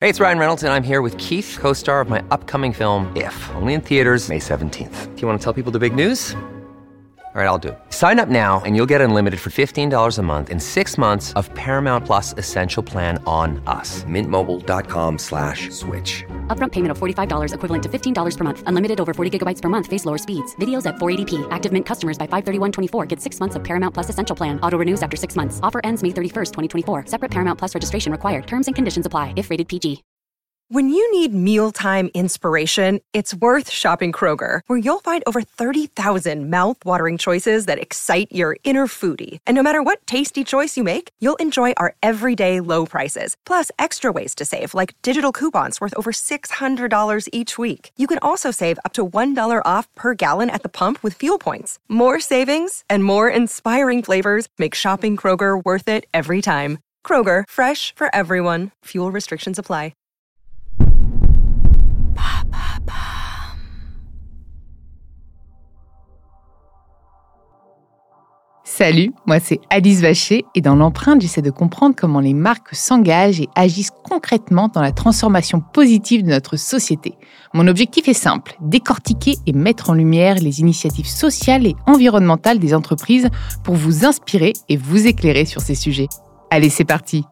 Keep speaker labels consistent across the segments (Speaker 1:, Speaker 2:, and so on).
Speaker 1: Hey, it's Ryan Reynolds, and I'm here with Keith, co-star of my upcoming film, If, only in theaters May 17th. Do you want to tell people the big news? All right, I'll do it. Sign up now and you'll get unlimited for $15 a month and 6 months of Paramount Plus Essential Plan on us. MintMobile.com/switch.
Speaker 2: Upfront payment of $45 equivalent to $15 per month. Unlimited over 40 gigabytes per month. Face lower speeds. Videos at 480p. Active Mint customers by 531.24 get 6 months of Paramount Plus Essential Plan. Auto renews after 6 months. Offer ends May 31st, 2024. Separate Paramount Plus registration required. Terms and conditions apply if rated PG.
Speaker 3: When you need mealtime inspiration, it's worth shopping Kroger, where you'll find over 30,000 mouth-watering choices that excite your inner foodie. And no matter what tasty choice you make, you'll enjoy our everyday low prices, plus extra ways to save, like digital coupons worth over $600 each week. You can also save up to $1 off per gallon at the pump with fuel points. More savings and more inspiring flavors make shopping Kroger worth it every time. Kroger, fresh for everyone. Fuel restrictions apply.
Speaker 4: Salut, moi c'est Alice Vacher et dans l'empreinte, j'essaie de comprendre comment les marques s'engagent et agissent concrètement dans la transformation positive de notre société. Mon objectif est simple, décortiquer et mettre en lumière les initiatives sociales et environnementales des entreprises pour vous inspirer et vous éclairer sur ces sujets. Allez, c'est parti!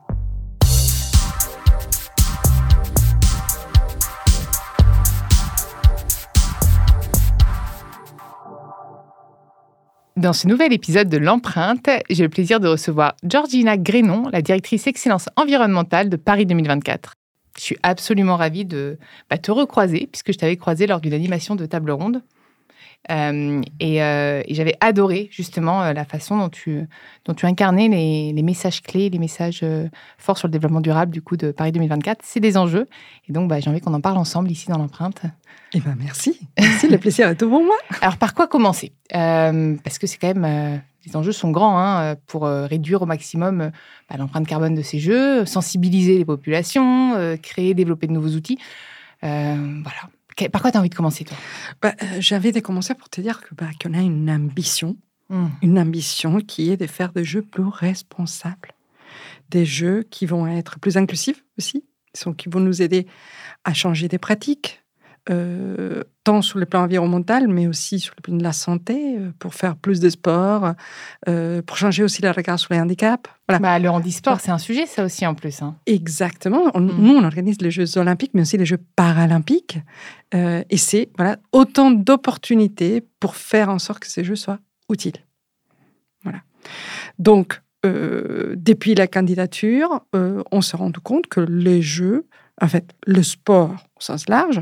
Speaker 4: Dans ce nouvel épisode de l'Empreinte, j'ai le plaisir de recevoir Georgina Grénon, la directrice Excellence environnementale de Paris 2024. Je suis absolument ravie de te recroiser, puisque je t'avais croisé lors d'une animation de table ronde. Et j'avais adoré justement la façon dont tu incarnais les messages clés, les messages forts sur le développement durable du coup de Paris 2024. C'est des enjeux. Et donc, j'ai envie qu'on en parle ensemble ici dans l'Empreinte.
Speaker 5: Eh bien, merci. Merci, le plaisir est tout pour moi.
Speaker 4: Alors, par quoi commencer ? Parce que c'est quand même... les enjeux sont grands pour réduire au maximum l'empreinte carbone de ces jeux, sensibiliser les populations, créer, développer de nouveaux outils. Voilà. Par quoi tu as envie de commencer, toi ?
Speaker 5: J'ai envie de commencer pour te dire qu'on a une ambition qui est de faire des jeux plus responsables, des jeux qui vont être plus inclusifs aussi, qui vont nous aider à changer des pratiques, tant sur le plan environnemental, mais aussi sur le plan de la santé, pour faire plus de sport, pour changer aussi le regard sur les handicaps. Voilà.
Speaker 4: Le handisport, c'est un sujet, ça aussi, en plus.
Speaker 5: Exactement. Nous, on organise les Jeux olympiques, mais aussi les Jeux paralympiques. Et c'est autant d'opportunités pour faire en sorte que ces Jeux soient utiles. Voilà. Donc, depuis la candidature, on s'est rendu compte que les Jeux, en fait, le sport au sens large,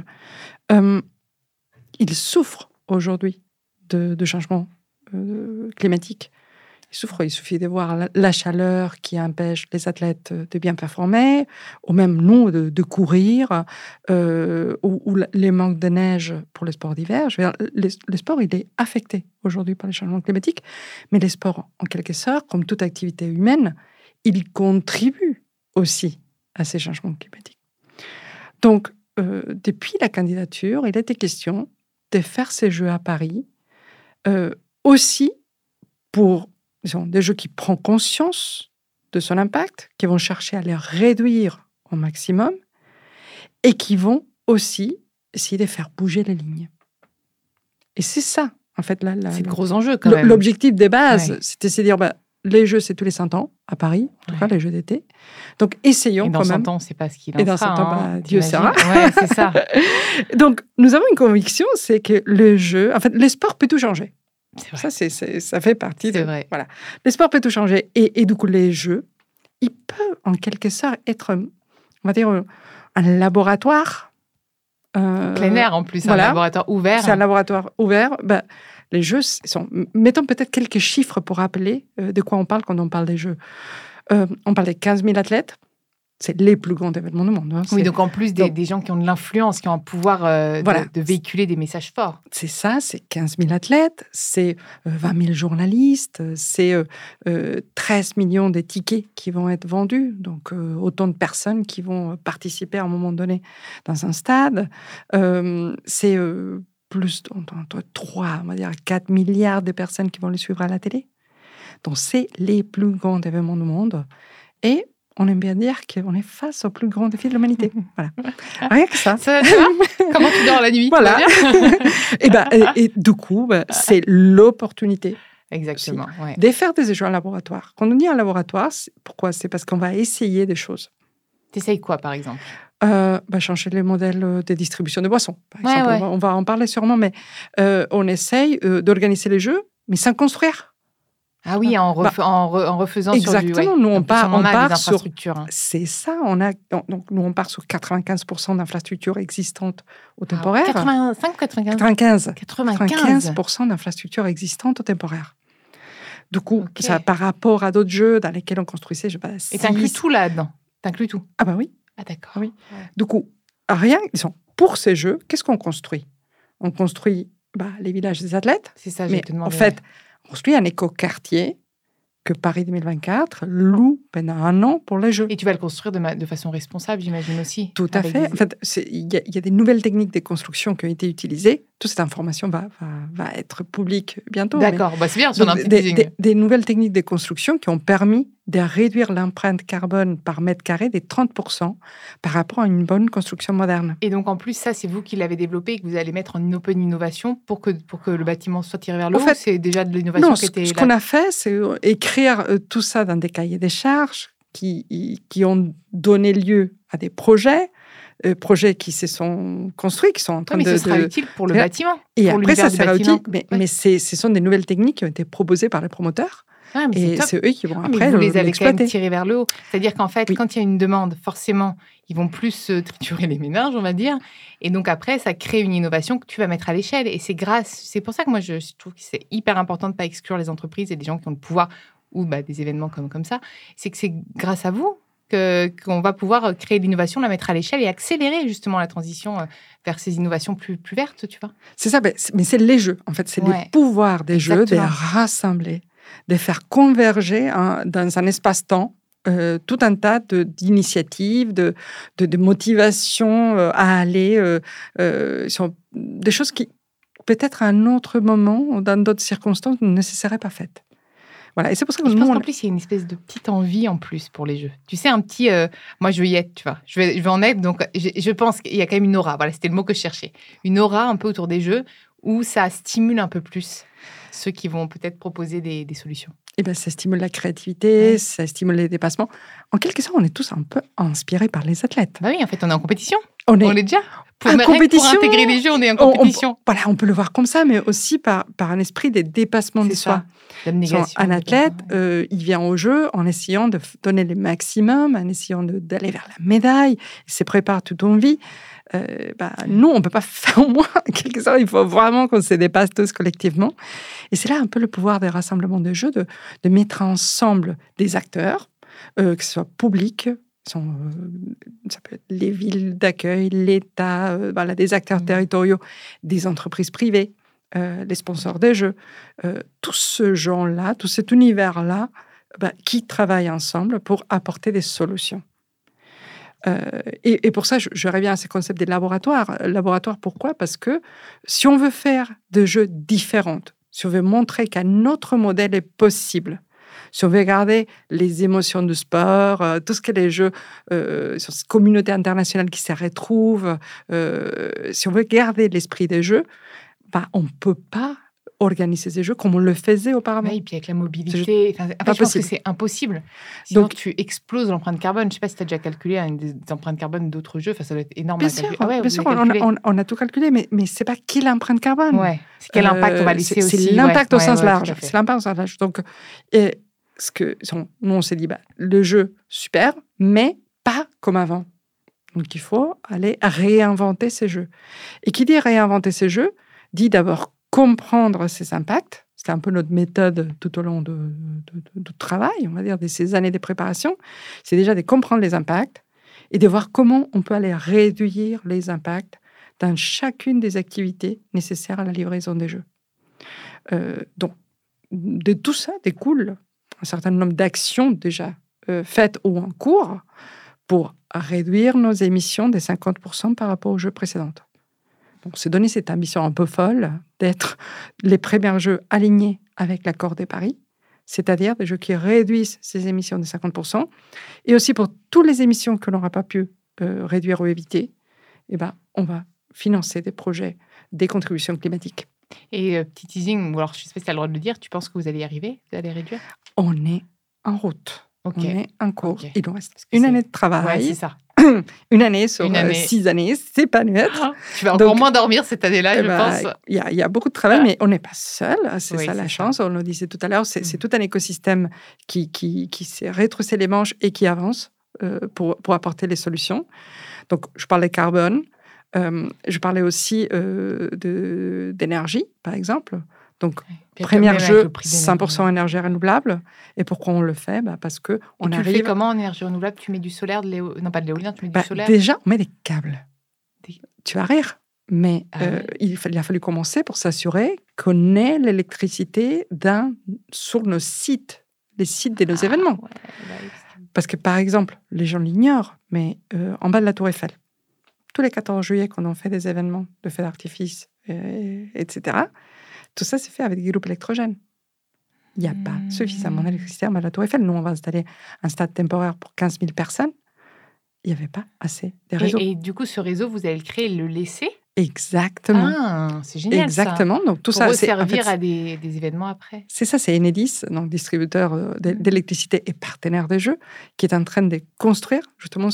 Speaker 5: il souffre aujourd'hui de changements climatiques. Il suffit de voir la chaleur qui empêche les athlètes de bien performer, ou même nous de courir, ou les manques de neige pour les sports d'hiver. Je veux dire, le sport, il est affecté aujourd'hui par les changements climatiques, mais les sports, en quelque sorte, comme toute activité humaine, ils contribuent aussi à ces changements climatiques. Donc, depuis la candidature, il était question de faire ces Jeux à Paris, aussi pour des Jeux qui prennent conscience de son impact, qui vont chercher à les réduire au maximum, et qui vont aussi essayer de faire bouger les lignes. Et c'est ça, en fait,
Speaker 4: c'est de gros enjeux, quand même.
Speaker 5: L'objectif de base, c'était de se dire, les Jeux, c'est tous les 100 ans, à Paris, en tout cas, les Jeux d'été. Donc, essayons quand même.
Speaker 4: Et dans 100 ans, on ne sait pas ce qu'il en sera.
Speaker 5: Et dans 100 ans, Dieu sera.
Speaker 4: Ouais, c'est ça.
Speaker 5: Donc, nous avons une conviction, c'est que les Jeux... En fait, le sport peut tout changer. C'est vrai. Ça fait partie de...
Speaker 4: vrai.
Speaker 5: Voilà. Le sport peut tout changer. Et du coup, les Jeux, ils peuvent, en quelque sorte, être, on va dire, un laboratoire.
Speaker 4: Plein air, en plus,
Speaker 5: voilà.
Speaker 4: Un laboratoire ouvert.
Speaker 5: C'est un laboratoire ouvert. Les Jeux sont... Mettons peut-être quelques chiffres pour rappeler de quoi on parle quand on parle des Jeux. On parle de 15 000 athlètes. C'est les plus grands événements du monde.
Speaker 4: Oui, donc en plus des gens qui ont de l'influence, qui ont un pouvoir de véhiculer des messages forts.
Speaker 5: C'est ça, c'est 15 000 athlètes, c'est 20 000 journalistes, c'est 13 millions de tickets qui vont être vendus, donc autant de personnes qui vont participer à un moment donné dans un stade. C'est plus entre 3, on va dire 4 milliards de personnes qui vont les suivre à la télé. Donc c'est les plus grands événements du monde. Et on aime bien dire qu'on est face au plus grand défi de l'humanité. Voilà. Rien que ça.
Speaker 4: Ça tu vois comment tu dors la nuit?
Speaker 5: Voilà. Et du coup, c'est l'opportunité.
Speaker 4: Exactement. Ouais.
Speaker 5: De faire des jeux en laboratoire. Quand on dit en laboratoire, pourquoi? C'est parce qu'on va essayer des choses.
Speaker 4: T'essayes quoi, par exemple?
Speaker 5: Changer les modèles de distribution de boissons, par exemple.
Speaker 4: Ouais.
Speaker 5: On va en parler sûrement, mais on essaye d'organiser les jeux, mais sans construire.
Speaker 4: Ah oui, en refaisant
Speaker 5: exactement,
Speaker 4: sur du...
Speaker 5: Exactement, nous on part sur...
Speaker 4: Hein.
Speaker 5: C'est ça, donc nous on part sur 95% d'infrastructures existantes au temporaire.
Speaker 4: 85 ou 95
Speaker 5: 95% d'infrastructures existantes au temporaire. Du coup, ça, par rapport à d'autres jeux dans lesquels on construisait, je sais pas...
Speaker 4: Et t'inclus tout là-dedans? T'inclus tout?
Speaker 5: Ah bah oui.
Speaker 4: Ah d'accord.
Speaker 5: Oui. Ouais. Du coup, rien... Pour ces jeux, qu'est-ce qu'on construit? On construit les villages des athlètes.
Speaker 4: C'est ça,
Speaker 5: mais en fait... On construit un écoquartier que Paris 2024 loue pendant 1 an pour les jeux.
Speaker 4: Et tu vas le construire de façon responsable, j'imagine aussi.
Speaker 5: Tout à fait. En fait, il y a des nouvelles techniques de construction qui ont été utilisées. Toute cette information va être publique bientôt.
Speaker 4: D'accord, c'est bien, on a un petit teasing.
Speaker 5: Des nouvelles techniques de construction qui ont permis de réduire l'empreinte carbone par mètre carré des 30% par rapport à une bonne construction moderne.
Speaker 4: Et donc, en plus, ça, c'est vous qui l'avez développé et que vous allez mettre en open innovation pour que le bâtiment soit tiré vers le haut. En fait, c'est déjà de l'innovation qui était...
Speaker 5: Non, ce qu'on a fait, c'est écrire tout ça dans des cahiers des charges qui ont donné lieu à des projets qui se sont construits, qui sont en train
Speaker 4: mais ce sera utile pour le bâtiment.
Speaker 5: Et
Speaker 4: pour
Speaker 5: après, ça sera utile, mais ce sont des nouvelles techniques qui ont été proposées par les promoteurs.
Speaker 4: Ah,
Speaker 5: et c'est eux qui vont après
Speaker 4: vous les avez
Speaker 5: l'exploiter.
Speaker 4: Quand même tirés vers le haut. C'est-à-dire qu'en fait, quand il y a une demande, forcément, ils vont plus triturer les méninges, on va dire. Et donc après, ça crée une innovation que tu vas mettre à l'échelle. Et c'est pour ça que moi, je trouve que c'est hyper important de ne pas exclure les entreprises et les gens qui ont le pouvoir ou des événements comme ça. C'est que c'est grâce à vous qu'on va pouvoir créer l'innovation, la mettre à l'échelle et accélérer justement la transition vers ces innovations plus vertes, tu vois.
Speaker 5: C'est ça, mais c'est les jeux. En fait, c'est les pouvoirs des jeux, de les rassembler, de faire converger dans un espace-temps tout un tas d'initiatives, de motivations à aller sur des choses qui, peut-être à un autre moment, dans d'autres circonstances, ne seraient pas faites. Voilà. Et c'est pour ça que
Speaker 4: je pense qu'en plus, il y a une espèce de petite envie en plus pour les jeux. Tu sais, un petit... moi, je veux y être, tu vois. Je vais en être, donc je pense qu'il y a quand même une aura. Voilà, c'était le mot que je cherchais. Une aura un peu autour des jeux où ça stimule un peu plus ceux qui vont peut-être proposer des solutions.
Speaker 5: Et ça stimule la créativité, ça stimule les dépassements. En quelque sorte, on est tous un peu inspirés par les athlètes.
Speaker 4: Oui, en fait, on est en compétition.
Speaker 5: On est
Speaker 4: déjà.
Speaker 5: Pour
Speaker 4: intégrer les jeux, on est en compétition.
Speaker 5: On peut le voir comme ça, mais aussi par un esprit des dépassements de soi. Un athlète, il vient au jeu en essayant de donner le maximum, en essayant d'aller vers la médaille. Il se prépare toute une vie. Nous, on ne peut pas faire moins. En quelque sorte, il faut vraiment qu'on se dépasse tous collectivement. Et c'est là un peu le pouvoir des rassemblements de jeux, de mettre ensemble des acteurs, que ce soit publics, ça peut être les villes d'accueil, l'État, des acteurs territoriaux, des entreprises privées, les sponsors des jeux, tout ce genre-là, tout cet univers-là, qui travaillent ensemble pour apporter des solutions. Et pour ça, je reviens à ce concept des laboratoires. Laboratoires, pourquoi? Parce que si on veut faire des jeux différents, si on veut montrer qu'un autre modèle est possible, si on veut garder les émotions du sport, tout ce que les jeux, sur cette communauté internationale qui se retrouve, si on veut garder l'esprit des jeux, on ne peut pas organiser ces jeux comme on le faisait auparavant.
Speaker 4: Oui, et puis avec la mobilité, je pense que c'est impossible. Sinon, donc, tu exploses l'empreinte carbone. Je ne sais pas si tu as déjà calculé des empreintes carbone d'autres jeux. Ça doit être énorme à calculer.
Speaker 5: Bien sûr, on a tout calculé, mais ce n'est pas qui l'empreinte carbone.
Speaker 4: Ouais. C'est quel impact on va laisser aussi.
Speaker 5: C'est l'impact au sens large. C'est l'impact au sens large. Donc, nous, on s'est dit, le jeu, super, mais pas comme avant. Donc, il faut aller réinventer ces jeux. Et qui dit réinventer ces jeux, dit d'abord comprendre ces impacts. C'était un peu notre méthode tout au long de travail, on va dire, de ces années de préparation. C'est déjà de comprendre les impacts et de voir comment on peut aller réduire les impacts dans chacune des activités nécessaires à la livraison des jeux. Donc, de tout ça découle un certain nombre d'actions déjà faites ou en cours pour réduire nos émissions de 50% par rapport aux jeux précédents. On s'est donné cette ambition un peu folle d'être les premiers jeux alignés avec l'accord de Paris, c'est-à-dire des jeux qui réduisent ces émissions de 50%, et aussi pour toutes les émissions que l'on n'aura pas pu réduire ou éviter, on va financer des projets, des contributions climatiques.
Speaker 4: Et petit teasing, ou alors je ne sais pas si tu as le droit de le dire, tu penses que vous allez y arriver? Vous allez réduire?
Speaker 5: On est en route.
Speaker 4: Ok.
Speaker 5: On est en cours.
Speaker 4: Ok.
Speaker 5: Il nous reste
Speaker 4: Parce que
Speaker 5: une
Speaker 4: c'est-
Speaker 5: année de travail.
Speaker 4: Ouais, c'est ça.
Speaker 5: Une année sur
Speaker 4: Une année.
Speaker 5: 6 années, c'est pas net.
Speaker 4: Tu vas encore
Speaker 5: Donc,
Speaker 4: moins dormir cette année-là, je pense.
Speaker 5: Il y a beaucoup de travail, mais on n'est pas seul. C'est
Speaker 4: Oui,
Speaker 5: ça
Speaker 4: c'est
Speaker 5: la
Speaker 4: ça.
Speaker 5: chance. On le disait tout à l'heure, c'est tout un écosystème qui s'est retroussé les manches et qui avance pour apporter les solutions. Donc, je parlais carbone. Je parlais aussi d'énergie, par exemple. Donc,
Speaker 4: Puis
Speaker 5: premier
Speaker 4: même avec
Speaker 5: jeu,
Speaker 4: le prix de
Speaker 5: 100% énergie renouvelable. Et pourquoi on le fait? Parce qu'on
Speaker 4: tu le fais
Speaker 5: arrive...
Speaker 4: comment en énergie renouvelable? Tu mets du solaire, non pas de l'éolien, tu mets du solaire?
Speaker 5: Déjà, on met des câbles. Tu vas rire, mais
Speaker 4: Ah ouais.
Speaker 5: il a fallu commencer pour s'assurer qu'on ait l'électricité sur nos sites, les sites de nos événements.
Speaker 4: Ouais, bah oui,
Speaker 5: Parce que, par exemple, les gens l'ignorent, mais en bas de la Tour Eiffel, tous les 14 juillet, quand on fait des événements de feux d'artifice, etc., tout ça, c'est fait avec des groupes électrogènes. Il n'y a pas suffisamment d'électricité en bas de la Tour Eiffel. Nous, on va installer un stade temporaire pour 15 000 personnes. Il n'y avait pas assez de réseaux.
Speaker 4: Et du coup, ce réseau, vous allez le créer et le laisser?
Speaker 5: Exactement.
Speaker 4: Ah, c'est génial.
Speaker 5: Exactement. Donc, tout
Speaker 4: Pour
Speaker 5: ça,
Speaker 4: resservir à des événements après.
Speaker 5: C'est ça, c'est Enedis, donc distributeur d'électricité et partenaire des jeux, qui est en train de construire justement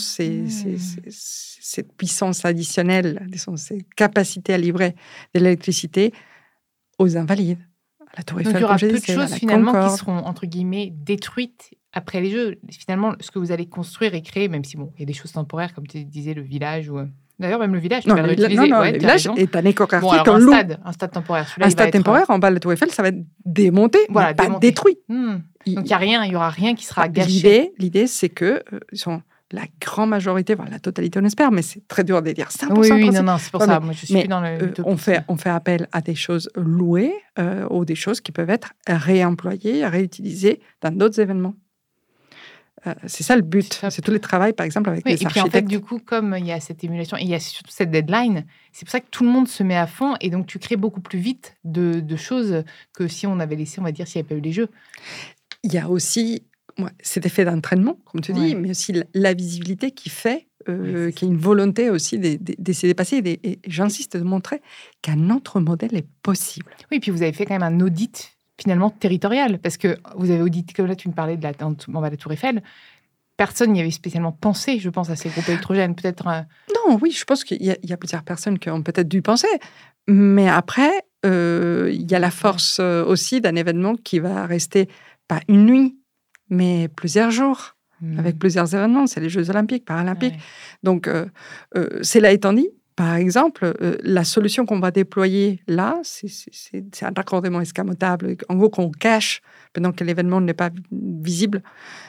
Speaker 5: cette puissance additionnelle, disons, ces capacités à livrer de l'électricité aux Invalides, à la Tour
Speaker 4: Donc,
Speaker 5: Eiffel.
Speaker 4: il y aura
Speaker 5: comme je
Speaker 4: peu de
Speaker 5: disais, à
Speaker 4: choses
Speaker 5: la
Speaker 4: finalement
Speaker 5: Concorde.
Speaker 4: qui seront, entre guillemets, détruites après les jeux. Finalement, ce que vous allez construire et créer, même si, bon, il y a des choses temporaires, comme tu disais, le village ou... D'ailleurs, même le village, tu
Speaker 5: Non,
Speaker 4: vas le
Speaker 5: le
Speaker 4: réutiliser. Ouais,
Speaker 5: le
Speaker 4: t'as
Speaker 5: village
Speaker 4: raison.
Speaker 5: est un écoquartier
Speaker 4: Bon, alors
Speaker 5: qu'on
Speaker 4: un
Speaker 5: loue.
Speaker 4: stade temporaire. Celui-là,
Speaker 5: Un
Speaker 4: il va
Speaker 5: stade
Speaker 4: être...
Speaker 5: temporaire en bas de la Tour Eiffel, ça va être démonté,
Speaker 4: Voilà,
Speaker 5: mais pas
Speaker 4: démonté.
Speaker 5: détruit.
Speaker 4: Donc,
Speaker 5: Il-
Speaker 4: il y aura rien qui sera gâché.
Speaker 5: L'idée, c'est que la grande majorité, voilà, la totalité, on espère, mais c'est très dur de dire 100%.
Speaker 4: Oui,
Speaker 5: principe.
Speaker 4: non, c'est pour
Speaker 5: Ouais,
Speaker 4: ça. Moi, je suis
Speaker 5: mais,
Speaker 4: plus dans le...
Speaker 5: on fait appel à des choses louées ou des choses qui peuvent être réemployées, réutilisées dans d'autres événements. C'est ça le but.
Speaker 4: C'est
Speaker 5: C'est tout le travail, par exemple, avec
Speaker 4: Oui,
Speaker 5: les
Speaker 4: et puis en
Speaker 5: architectes.
Speaker 4: fait, du coup, comme il y a cette émulation et il y a surtout cette deadline, c'est pour ça que tout le monde se met à fond et donc tu crées beaucoup plus vite de choses que si on avait laissé, on va dire, s'il n'y avait pas eu les jeux.
Speaker 5: Il y a aussi cet effet d'entraînement, comme tu dis, mais aussi la visibilité qui fait qu'il y a une volonté aussi de se dépasser et j'insiste de montrer qu'un autre modèle est possible.
Speaker 4: Oui, puis vous avez fait quand même un audit finalement territorial parce que vous avez audité, comme là tu me parlais de la Tour Eiffel, personne n'y avait spécialement pensé, je pense, à ces groupes électrogènes. Peut-être.
Speaker 5: Non, oui, je pense qu'il y a plusieurs personnes qui ont peut-être dû penser. Mais après, il y a la force aussi d'un événement qui va rester pas une nuit, mais plusieurs jours, avec plusieurs événements. C'est les Jeux Olympiques, Paralympiques.
Speaker 4: Ouais.
Speaker 5: Donc, cela étant dit, par exemple, la solution qu'on va déployer là, c'est un raccordement escamotable, en gros, qu'on cache pendant que l'événement n'est pas visible.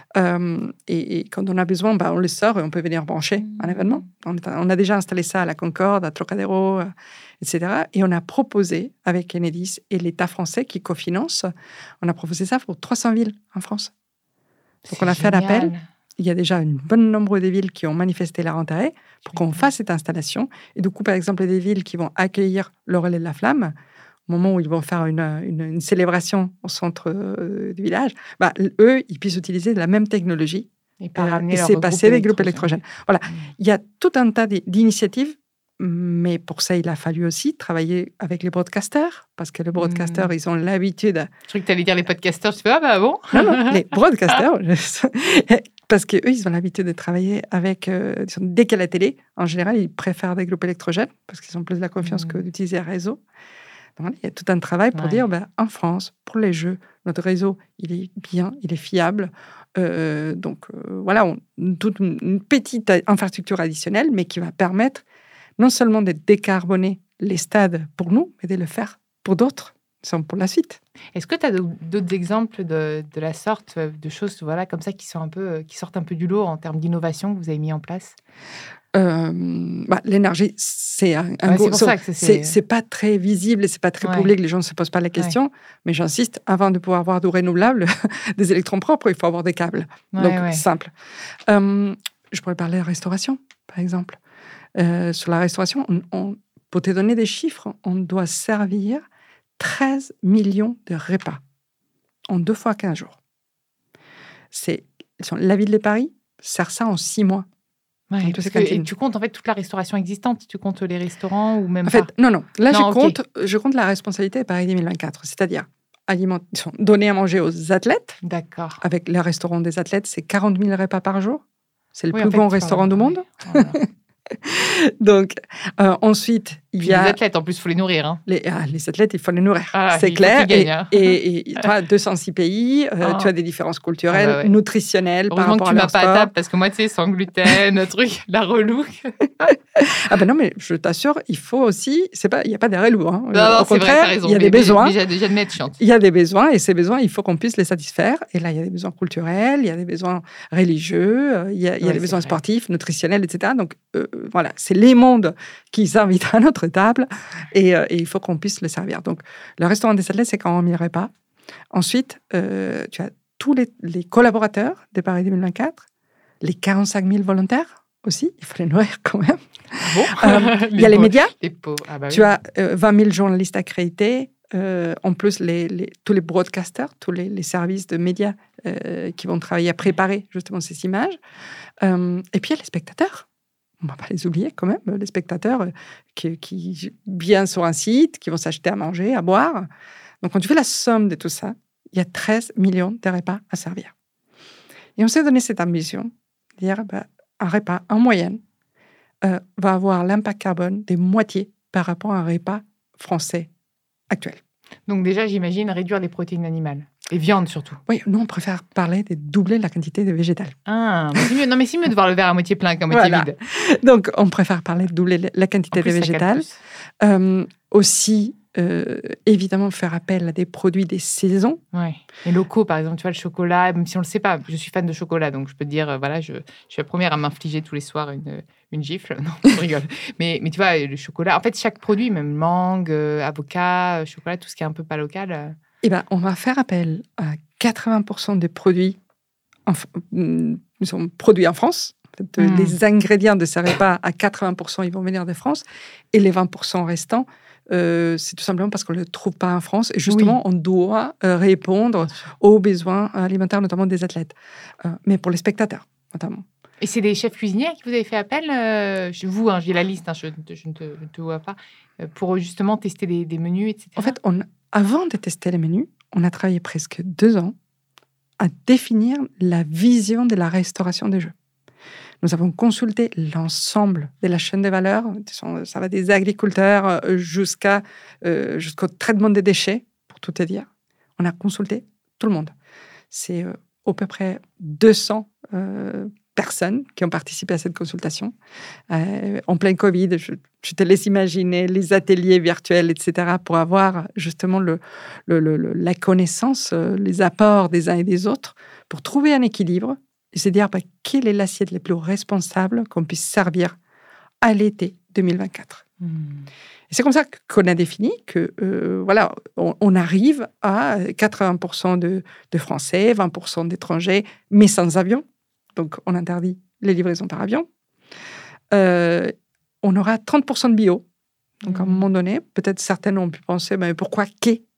Speaker 5: Et quand on a besoin, on le sort et on peut venir brancher un événement. On a déjà installé ça à la Concorde, à Trocadéro, etc. Et on a proposé, avec Enedis et l'État français qui cofinance, on a proposé ça pour 300 villes en France. Donc, on a fait un appel. Il y a déjà un bon nombre de villes qui ont manifesté leur intérêt pour qu'on fasse cette installation. Et du coup, par exemple, des villes qui vont accueillir le relais de la flamme, au moment où ils vont faire une célébration au centre du village, eux, ils puissent utiliser la même technologie
Speaker 4: et
Speaker 5: c'est passer des groupes électrogènes. Voilà. Il y a tout un tas d'initiatives, mais pour ça, il a fallu aussi travailler avec les broadcasters, parce que les broadcasters, ils ont l'habitude...
Speaker 4: Je croyais que tu allais dire les podcasters. Je fais, bon.
Speaker 5: Non, les broadcasters... Parce qu'eux, ils ont l'habitude de travailler avec... dès qu'il y a la télé, en général, ils préfèrent des groupes électrogènes parce qu'ils ont plus de la confiance que d'utiliser un réseau. Donc, il y a tout un travail pour dire, en France, pour les jeux, notre réseau, il est bien, il est fiable. Voilà, toute une petite infrastructure additionnelle, mais qui va permettre non seulement de décarboner les stades pour nous, mais de le faire pour d'autres. Pour la suite.
Speaker 4: Est-ce que tu as d'autres exemples de la sorte, de choses comme ça qui sortent un peu du lot en termes d'innovation que vous avez mis en place?
Speaker 5: L'énergie, c'est c'est pas très visible et c'est pas très public. Les gens ne se posent pas la question. Mais j'insiste, avant de pouvoir avoir du renouvelable, des électrons propres, il faut avoir des câbles. Simple. Je pourrais parler de la restauration, par exemple. Sur la restauration, pour te donner des chiffres, on doit servir 13 millions de repas en 2 fois 15 jours. La ville de Paris sert ça en 6 mois.
Speaker 4: Ouais, et tu comptes en fait toute la restauration existante, tu comptes les restaurants ou même
Speaker 5: en fait, non. Là,
Speaker 4: non,
Speaker 5: je compte la responsabilité de Paris 2024, c'est-à-dire donner à manger aux athlètes.
Speaker 4: D'accord.
Speaker 5: Avec les restaurants des athlètes, c'est 40 000 repas par jour. C'est le plus grand restaurant du monde.
Speaker 4: Voilà.
Speaker 5: Donc, ensuite, il y a...
Speaker 4: Les athlètes, en plus, il faut les nourrir. Hein.
Speaker 5: Les athlètes, il faut les nourrir.
Speaker 4: C'est
Speaker 5: clair.
Speaker 4: Gagnent,
Speaker 5: et tu as 206 pays, tu as des différences culturelles, nutritionnelles par rapport à leur sport.
Speaker 4: Heureusement que tu m'as pas à table, parce que moi, tu sais, sans gluten, truc, la relou.
Speaker 5: Ah ben non, mais je t'assure, il faut aussi... Il n'y a pas des relous. Hein.
Speaker 4: Non,
Speaker 5: au contraire, il y a des besoins.
Speaker 4: Déjà de mettre chiante.
Speaker 5: Il y a des besoins, et ces besoins, il faut qu'on puisse les satisfaire. Et là, il y a des besoins culturels, il y a des besoins religieux, il y a des besoins sportifs, nutritionnels, etc. Donc, voilà, c'est les mondes qui s'invitent à notre table et il faut qu'on puisse le servir. Donc, le restaurant des athlètes, c'est 40 000 repas. Ensuite, tu as tous les collaborateurs de Paris 2024, les 45 000 volontaires aussi, il faut les nourrir quand même. Il y a les médias, tu as 20 000 journalistes accrédités, en plus tous les broadcasters, tous les services de médias qui vont travailler à préparer justement ces images. Et puis, il y a les spectateurs. On ne va pas les oublier quand même, les spectateurs qui viennent sur un site, qui vont s'acheter à manger, à boire. Donc, quand tu fais la somme de tout ça, il y a 13 millions de repas à servir. Et on s'est donné cette ambition de dire un repas, en moyenne, va avoir l'impact carbone des moitiés par rapport à un repas français actuel.
Speaker 4: Donc déjà, j'imagine réduire les protéines animales. Et viande surtout.
Speaker 5: Oui, nous, on préfère parler de doubler la quantité de végétales.
Speaker 4: Ah, mais c'est mieux. Non, mais c'est mieux de voir le verre à moitié plein qu'à moitié vide.
Speaker 5: Donc, on préfère parler de doubler la quantité de végétales. Aussi, évidemment, faire appel à des produits des saisons.
Speaker 4: Ouais. Et locaux, par exemple, tu vois, le chocolat, même si on ne le sait pas, je suis fan de chocolat, donc je peux te dire, voilà, je suis la première à m'infliger tous les soirs une gifle. Non, je rigole. Mais tu vois, le chocolat, en fait, chaque produit, même mangue, avocat, chocolat, tout ce qui est un peu pas local...
Speaker 5: on va faire appel à 80% des produits produits en France. En fait, les ingrédients de ces repas, à 80%, ils vont venir de France. Et les 20% restants, c'est tout simplement parce qu'on ne le trouve pas en France. Et justement, on doit répondre aux besoins alimentaires, notamment des athlètes. Mais pour les spectateurs, notamment.
Speaker 4: Et c'est des chefs cuisiniers qui vous avez fait appel vous, j'ai la liste, je ne te vois pas, pour justement tester des menus, etc.
Speaker 5: En fait, avant de tester les menus, on a travaillé presque 2 ans à définir la vision de la restauration des jeux. Nous avons consulté l'ensemble de la chaîne de valeur, ça va des agriculteurs jusqu'au traitement des déchets, pour tout te dire. On a consulté tout le monde. C'est à peu près 200 personnes qui ont participé à cette consultation. En plein Covid, je te laisse imaginer les ateliers virtuels, etc., pour avoir justement la connaissance, les apports des uns et des autres, pour trouver un équilibre et se dire quelle est l'assiette la plus responsable qu'on puisse servir à l'été 2024. Et c'est comme ça qu'on a défini que, on arrive à 80% de Français, 20% d'étrangers, mais sans avion. Donc, on interdit les livraisons par avion. On aura 30% de bio. Donc, à un moment donné, peut-être certaines ont pu penser, mais pourquoi 30% ?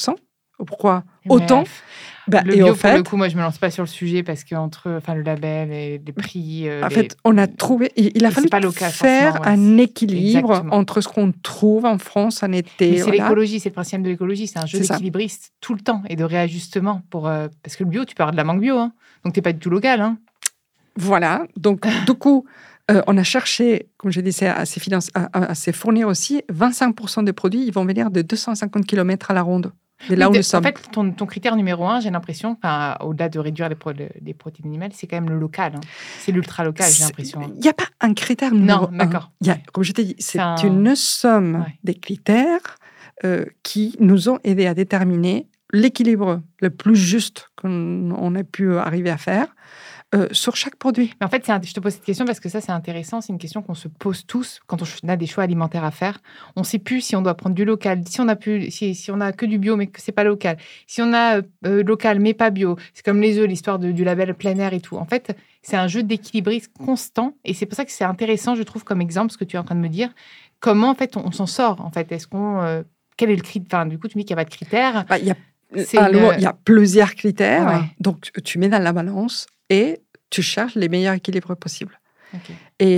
Speaker 5: Pourquoi autant ?
Speaker 4: Le bio, pour le coup, moi, je ne me lance pas sur le sujet parce qu'entre le label et les prix...
Speaker 5: En fait, on a trouvé... Il a fallu faire un équilibre entre ce qu'on trouve en France en été.
Speaker 4: Mais c'est l'écologie, c'est le principe de l'écologie. C'est un jeu d'équilibriste tout le temps et de réajustement. Parce que le bio, tu peux avoir de la mangue bio. Hein. Donc, tu n'es pas du tout local. Hein.
Speaker 5: Voilà. Donc, du coup, on a cherché, comme je disais, à se fournir aussi 25% des produits. Ils vont venir de 250 km à la ronde. Là où nous sommes.
Speaker 4: En fait, ton critère numéro 1, j'ai l'impression, au-delà de réduire les protéines animales, c'est quand même le local. Hein. C'est l'ultra-local, j'ai l'impression.
Speaker 5: Il n'y a pas un critère numéro 1.
Speaker 4: Non, d'accord.
Speaker 5: Comme je t'ai dit, c'est une somme des critères qui nous ont aidés à déterminer l'équilibre le plus juste qu'on a pu arriver à faire sur chaque produit.
Speaker 4: Mais en fait, je te pose cette question parce que ça, c'est intéressant. C'est une question qu'on se pose tous quand on a des choix alimentaires à faire. On ne sait plus si on doit prendre du local, si on a que du bio, mais que ce n'est pas local. Si on a local, mais pas bio. C'est comme les œufs, l'histoire du label plein air et tout. En fait, c'est un jeu d'équilibriste constant. Et c'est pour ça que c'est intéressant, je trouve, comme exemple, ce que tu es en train de me dire. Comment, en fait, on s'en sort, en fait. Est-ce qu'on... quel est le critère ? Du coup, tu me dis qu'il n'y a pas de critère.
Speaker 5: il y a plusieurs critères.
Speaker 4: Ouais.
Speaker 5: Donc, tu mets dans la balance et tu cherches les meilleurs équilibres possibles.
Speaker 4: Ok.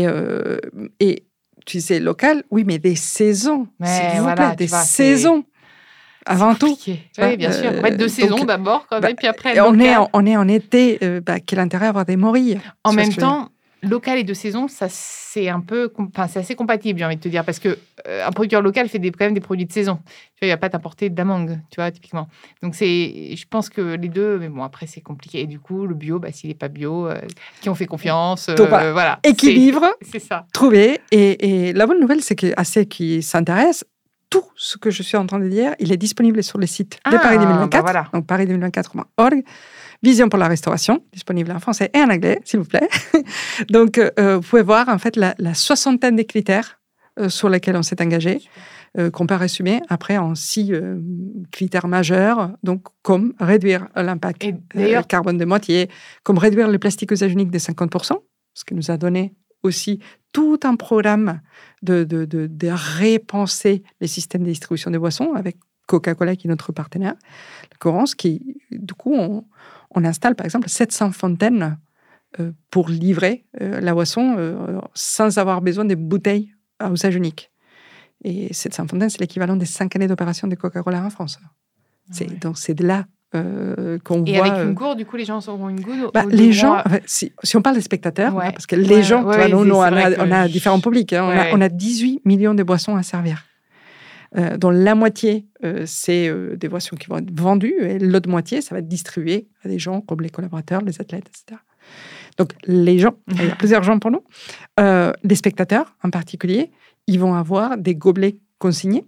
Speaker 5: Et tu disais local, oui, mais des saisons,
Speaker 4: Mais
Speaker 5: s'il vous
Speaker 4: voilà,
Speaker 5: plaît, des
Speaker 4: tu vois,
Speaker 5: saisons. Avant tout.
Speaker 4: Compliqué. Oui, bien sûr. On va être 2 saisons d'abord, et puis après.
Speaker 5: Et on est en été. Quel intérêt à avoir des morilles?
Speaker 4: En même temps, local et 2 saisons, ça c'est un peu, c'est assez compatible, j'ai envie de te dire, parce que un producteur local fait quand même des produits de saison. Tu vois, il va pas t'apporter de la mangue, tu vois, typiquement. Donc je pense que les deux, mais bon, après c'est compliqué. Et du coup, le bio, s'il est pas bio, qui on fait confiance,
Speaker 5: donc,
Speaker 4: voilà.
Speaker 5: Équilibre,
Speaker 4: c'est ça.
Speaker 5: Trouver. Et la bonne nouvelle, c'est qu'à ceux qui s'intéressent, tout ce que je suis en train de dire, il est disponible sur le site de Paris 2024,
Speaker 4: voilà.
Speaker 5: donc paris2024.org. Vision pour la restauration, disponible en français et en anglais, s'il vous plaît. Donc, vous pouvez voir en fait la soixantaine des critères sur lesquels on s'est engagé, qu'on peut résumer après en 6 critères majeurs, donc comme réduire l'impact carbone de moitié, comme réduire le plastique usage unique de 50%, ce qui nous a donné aussi tout un programme de repenser les systèmes de distribution des boissons avec Coca-Cola qui est notre partenaire, Corrence, qui du coup on installe par exemple 700 fontaines pour livrer la boisson sans avoir besoin de bouteilles à usage unique. Et 700 fontaines, c'est l'équivalent des 5 années d'opération de Coca-Cola en France. Donc c'est de là qu'on voit.
Speaker 4: Et avec une gourde, du coup, les gens auront une gourde.
Speaker 5: Les gens, si on parle des spectateurs, parce que les gens, nous, on a différents publics. On a 18 millions de boissons à servir. Dont la moitié, c'est des boissons qui vont être vendues, et l'autre moitié, ça va être distribué à des gens comme les collaborateurs, les athlètes, etc. Donc, les gens, il y a plusieurs gens pour nous. Les spectateurs, en particulier, ils vont avoir des gobelets consignés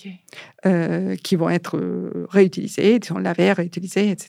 Speaker 5: qui vont être réutilisés, ils sont lavés, réutilisés, etc.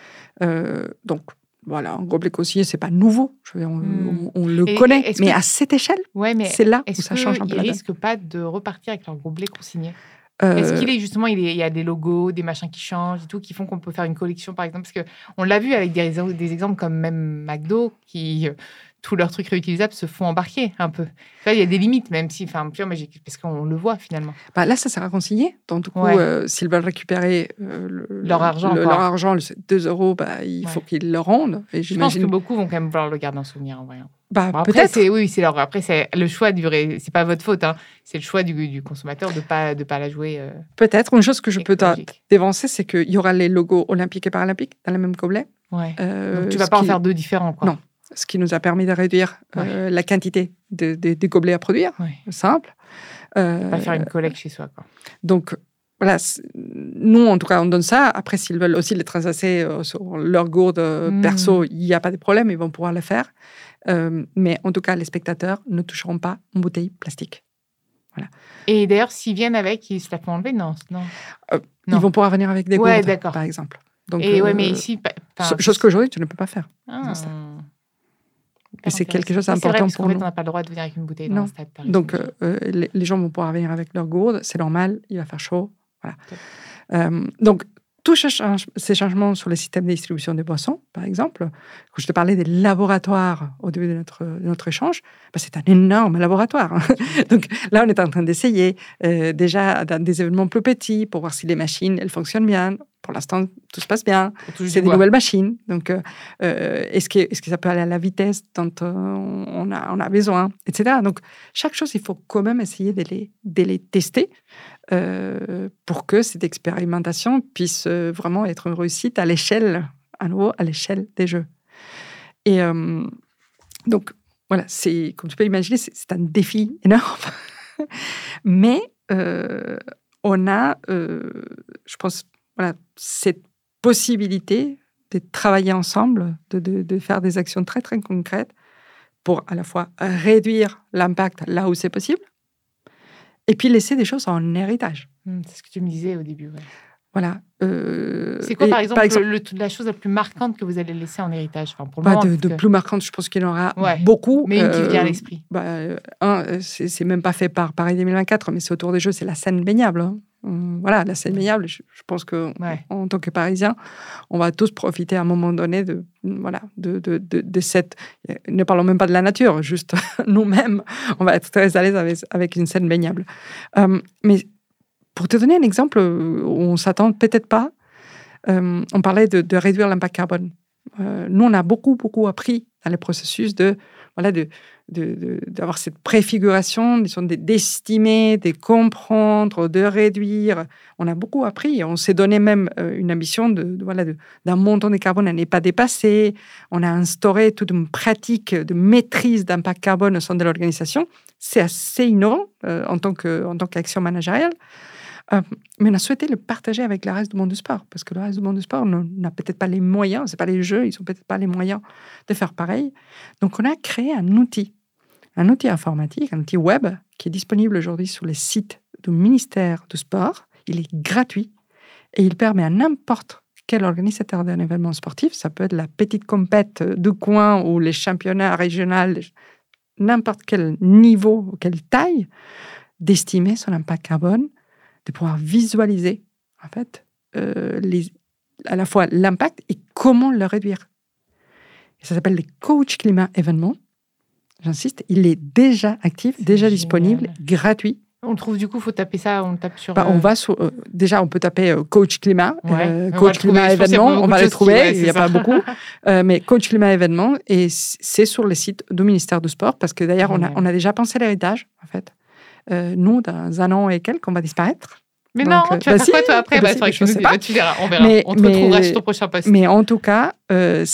Speaker 5: Donc, voilà, un gobelet consigné, c'est pas nouveau. On le connaît, mais à cette échelle, c'est là où ça change un peu.
Speaker 4: Ils risquent pas de repartir avec leur gobelet consigné? Est-ce qu'il est justement, il y a des logos, des machins qui changent et tout, qui font qu'on peut faire une collection, par exemple? Parce qu'on l'a vu avec des exemples comme même McDo, qui tous leurs trucs réutilisables se font embarquer un peu. Là, il y a des limites, même si, parce qu'on le voit finalement.
Speaker 5: Là, ça sera consigné. Donc, du coup, s'ils veulent récupérer
Speaker 4: leur argent,
Speaker 5: les 2 euros, il faut qu'ils le rendent. Et
Speaker 4: je pense que beaucoup vont quand même vouloir le garder en souvenir, en vrai.
Speaker 5: Peut-être.
Speaker 4: Après, c'est le choix c'est pas votre faute, hein. C'est le choix du consommateur de pas la jouer.
Speaker 5: Peut-être. Une chose que je peux t'évancer, c'est qu'il y aura les logos olympiques et paralympiques dans le même gobelet.
Speaker 4: Donc, tu vas pas en faire 2 différents, quoi.
Speaker 5: Non. Ce qui nous a permis de réduire la quantité de gobelets à produire, simple.
Speaker 4: Pas faire une collecte chez soi, quoi.
Speaker 5: Donc, voilà, nous, en tout cas, on donne ça. Après, s'ils veulent aussi les translasser sur leur gourde perso, il n'y a pas de problème, ils vont pouvoir le faire. Mais en tout cas, les spectateurs ne toucheront pas une bouteille plastique. Voilà.
Speaker 4: Et d'ailleurs, s'ils viennent avec, ils se la font enlever? Non.
Speaker 5: Ils vont pouvoir venir avec des gourdes, par exemple. Donc,
Speaker 4: mais ici...
Speaker 5: chose qu'aujourd'hui, tu ne peux pas faire. Et c'est quelque chose d'important pour nous.
Speaker 4: En fait, on n'a pas le droit de venir avec une bouteille dans le stade.
Speaker 5: Donc, les gens vont pouvoir venir avec leur gourde. C'est normal, il va faire chaud. Voilà. Donc, tous ces changements sur le système de distribution des boissons, par exemple, quand je te parlais des laboratoires au début de notre échange, c'est un énorme laboratoire. Donc là, on est en train d'essayer déjà dans des événements plus petits pour voir si les machines, elles fonctionnent bien. Pour l'instant, tout se passe bien. C'est des nouvelles machines. Donc, est-ce que ça peut aller à la vitesse dont on a besoin, etc. Donc, chaque chose, il faut quand même essayer de les tester pour que cette expérimentation puisse vraiment être une réussite à l'échelle, à nouveau, à l'échelle des jeux. Et donc, voilà, comme tu peux imaginer, c'est un défi énorme. Mais on a, je pense, cette possibilité de travailler ensemble, de faire des actions très, très concrètes pour à la fois réduire l'impact là où c'est possible et puis laisser des choses en héritage.
Speaker 4: C'est ce que tu me disais au début.
Speaker 5: Voilà.
Speaker 4: C'est quoi, par exemple la chose la plus marquante que vous allez laisser en héritage, pour le moment,
Speaker 5: de plus marquante, je pense qu'il y en aura beaucoup.
Speaker 4: Mais une qui vient à l'esprit.
Speaker 5: C'est même pas fait par Paris 2024, mais c'est autour des jeux, c'est la scène baignable. Voilà, la scène baignable, je pense que en tant que Parisien, on va tous profiter à un moment donné de cette... Ne parlons même pas de la nature, juste nous-mêmes, on va être très à l'aise avec une scène baignable. Mais pour te donner un exemple où on ne s'attend peut-être pas, on parlait de réduire l'impact carbone. Nous, on a beaucoup appris dans le processus d'avoir cette préfiguration, d'estimer, de comprendre, de réduire. On a beaucoup appris. On s'est donné même une ambition d'un montant de carbone à ne pas dépasser. On a instauré toute une pratique de maîtrise d'impact carbone au sein de l'organisation. C'est assez innovant en tant qu'action managériale. Mais on a souhaité le partager avec le reste du monde du sport, parce que le reste du monde du sport n'a peut-être pas les moyens, c'est pas les jeux, ils n'ont peut-être pas les moyens de faire pareil. Donc, on a créé un outil informatique, un outil web, qui est disponible aujourd'hui sur les sites du ministère du Sport. Il est gratuit et il permet à n'importe quel organisateur d'un événement sportif, ça peut être la petite compète du coin ou les championnats régionaux, n'importe quel niveau, quelle taille, d'estimer son impact carbone, de pouvoir visualiser, en fait, à la fois l'impact et comment le réduire. Et ça s'appelle les coachs climat événements. J'insiste, il est déjà actif, déjà disponible, gratuit.
Speaker 4: On le trouve, du coup, il faut taper ça, on le tape sur...
Speaker 5: On va déjà, on peut taper coach climat, coach climat événement, on va le trouver, il n'y a pas beaucoup. Mais coach climat événement, et c'est sur le site du ministère du Sport, parce que d'ailleurs, on a déjà pensé l'héritage, en fait. Nous, dans 1 an et quelques, on va disparaître.
Speaker 4: Mais donc, non, tu vas faire quoi, toi, après tu verras, on verra. On te retrouvera sur ton prochain poste.
Speaker 5: Mais en tout cas, on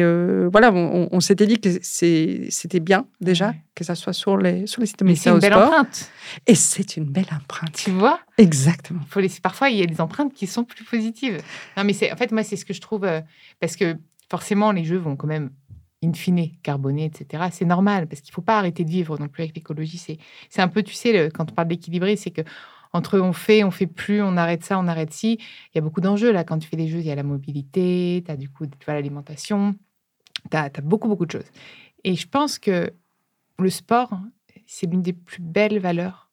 Speaker 5: s'était dit que c'était bien, déjà, que ça soit sur les sites du ministère du Sport.
Speaker 4: C'est une belle empreinte.
Speaker 5: Et c'est une belle empreinte.
Speaker 4: Tu vois ?
Speaker 5: Exactement.
Speaker 4: Parfois, il y a des empreintes qui sont plus positives. Non, mais en fait, moi, c'est ce que je trouve... parce que, forcément, les jeux vont quand même... in fine, carboné, etc. C'est normal, parce qu'il ne faut pas arrêter de vivre non plus avec l'écologie. C'est un peu, tu sais, quand on parle d'équilibrer, c'est que entre on fait plus, on arrête ça, on arrête ci. Il y a beaucoup d'enjeux, là. Quand tu fais des jeux, il y a la mobilité, tu as du coup l'alimentation, tu as beaucoup de choses. Et je pense que le sport, c'est l'une des plus belles valeurs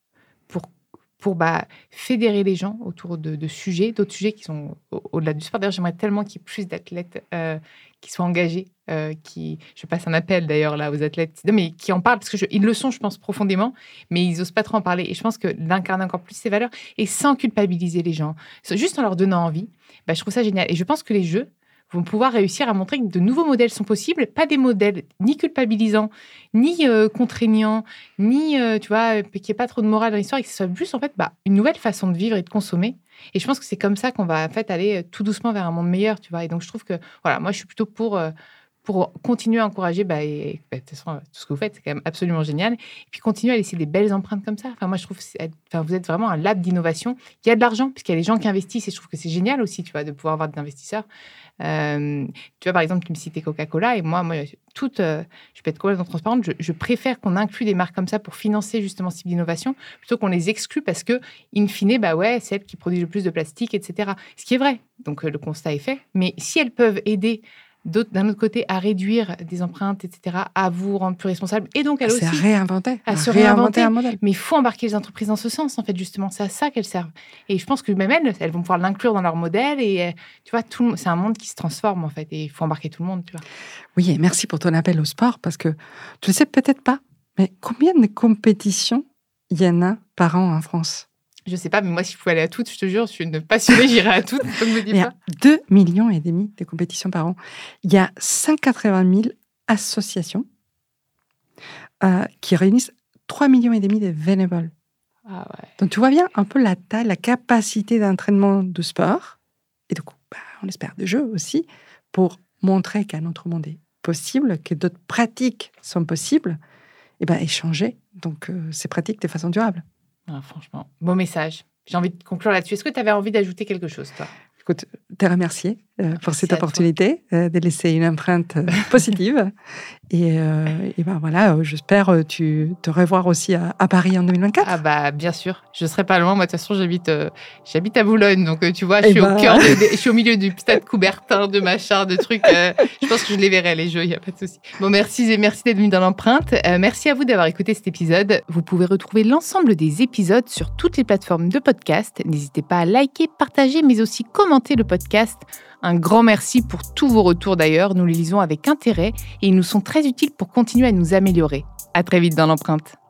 Speaker 4: pour fédérer les gens autour d'autres sujets qui sont au-delà du sport. D'ailleurs, j'aimerais tellement qu'il y ait plus d'athlètes qui soient engagés, je passe un appel d'ailleurs là aux athlètes, mais qui en parlent, parce qu'ils le sont, je pense, profondément, mais ils n'osent pas trop en parler. Et je pense que d'incarner encore plus ces valeurs, et sans culpabiliser les gens, juste en leur donnant envie, je trouve ça génial. Et je pense que les jeux vont pouvoir réussir à montrer que de nouveaux modèles sont possibles, pas des modèles ni culpabilisants, ni contraignants, ni, qu'il n'y ait pas trop de morale dans l'histoire, et que ce soit juste, en fait, une nouvelle façon de vivre et de consommer. Et je pense que c'est comme ça qu'on va, en fait, aller tout doucement vers un monde meilleur, tu vois. Et donc, je trouve que, voilà, moi, je suis plutôt pour continuer à encourager, de toute façon, tout ce que vous faites, c'est quand même absolument génial. Et puis, continuer à laisser des belles empreintes comme ça. Enfin, moi, je trouve que vous êtes vraiment un lab d'innovation. Il y a de l'argent, puisqu'il y a des gens qui investissent, et je trouve que c'est génial aussi, tu vois, de pouvoir avoir des investisseurs. Tu vois, par exemple, tu me citais Coca-Cola, et moi je peux être complètement transparente, je préfère qu'on inclue des marques comme ça pour financer justement ce type d'innovation, plutôt qu'on les exclue, parce que, in fine, c'est elles qui produisent le plus de plastique, etc. Ce qui est vrai. Donc, le constat est fait. Mais si elles peuvent aider d'un autre côté, à réduire des empreintes, etc., à vous rendre plus responsable, et donc elles aussi...
Speaker 5: à se réinventer un modèle.
Speaker 4: Mais il faut embarquer les entreprises dans ce sens, en fait, justement. C'est à ça qu'elles servent. Et je pense que même elles vont pouvoir l'inclure dans leur modèle, et tu vois, c'est un monde qui se transforme, en fait, et il faut embarquer tout le monde, tu vois.
Speaker 5: Oui, et merci pour ton appel au sport, parce que tu le sais peut-être pas, mais combien de compétitions il y en a par an en France ?
Speaker 4: Je sais pas, mais moi, si je pouvais aller à toutes, je te jure, je suis une passionnée, j'irai à toutes. Donc me dis
Speaker 5: il y a 2,5 millions de compétitions par an. Il y a 180 000 associations qui réunissent 3,5 millions de bénévoles.
Speaker 4: Ah ouais.
Speaker 5: Donc, tu vois bien un peu la taille, la capacité d'entraînement de sport. Et du coup, on espère de jeu aussi, pour montrer qu'un autre monde est possible, que d'autres pratiques sont possibles, et échanger donc ces pratiques de façon durable.
Speaker 4: Ah, franchement, beau message. J'ai envie de conclure là-dessus. Est-ce que tu avais envie d'ajouter quelque chose, toi ?
Speaker 5: Écoute, te remercier pour cette opportunité de laisser une empreinte positive. Et voilà, j'espère te revoir aussi à Paris en 2024.
Speaker 4: Ah bien sûr, je ne serai pas loin. Moi, de toute façon, j'habite à Boulogne. Donc, tu vois, je suis au milieu du stade Coubertin, de machin, de trucs. Je pense que je les verrai, les jeux, il n'y a pas de souci. Bon, merci d'être venu dans l'empreinte. Merci à vous d'avoir écouté cet épisode. Vous pouvez retrouver l'ensemble des épisodes sur toutes les plateformes de podcast. N'hésitez pas à liker, partager, mais aussi commenter le podcast. Un grand merci pour tous vos retours d'ailleurs. Nous les lisons avec intérêt et ils nous sont très utiles pour continuer à nous améliorer. À très vite dans l'empreinte.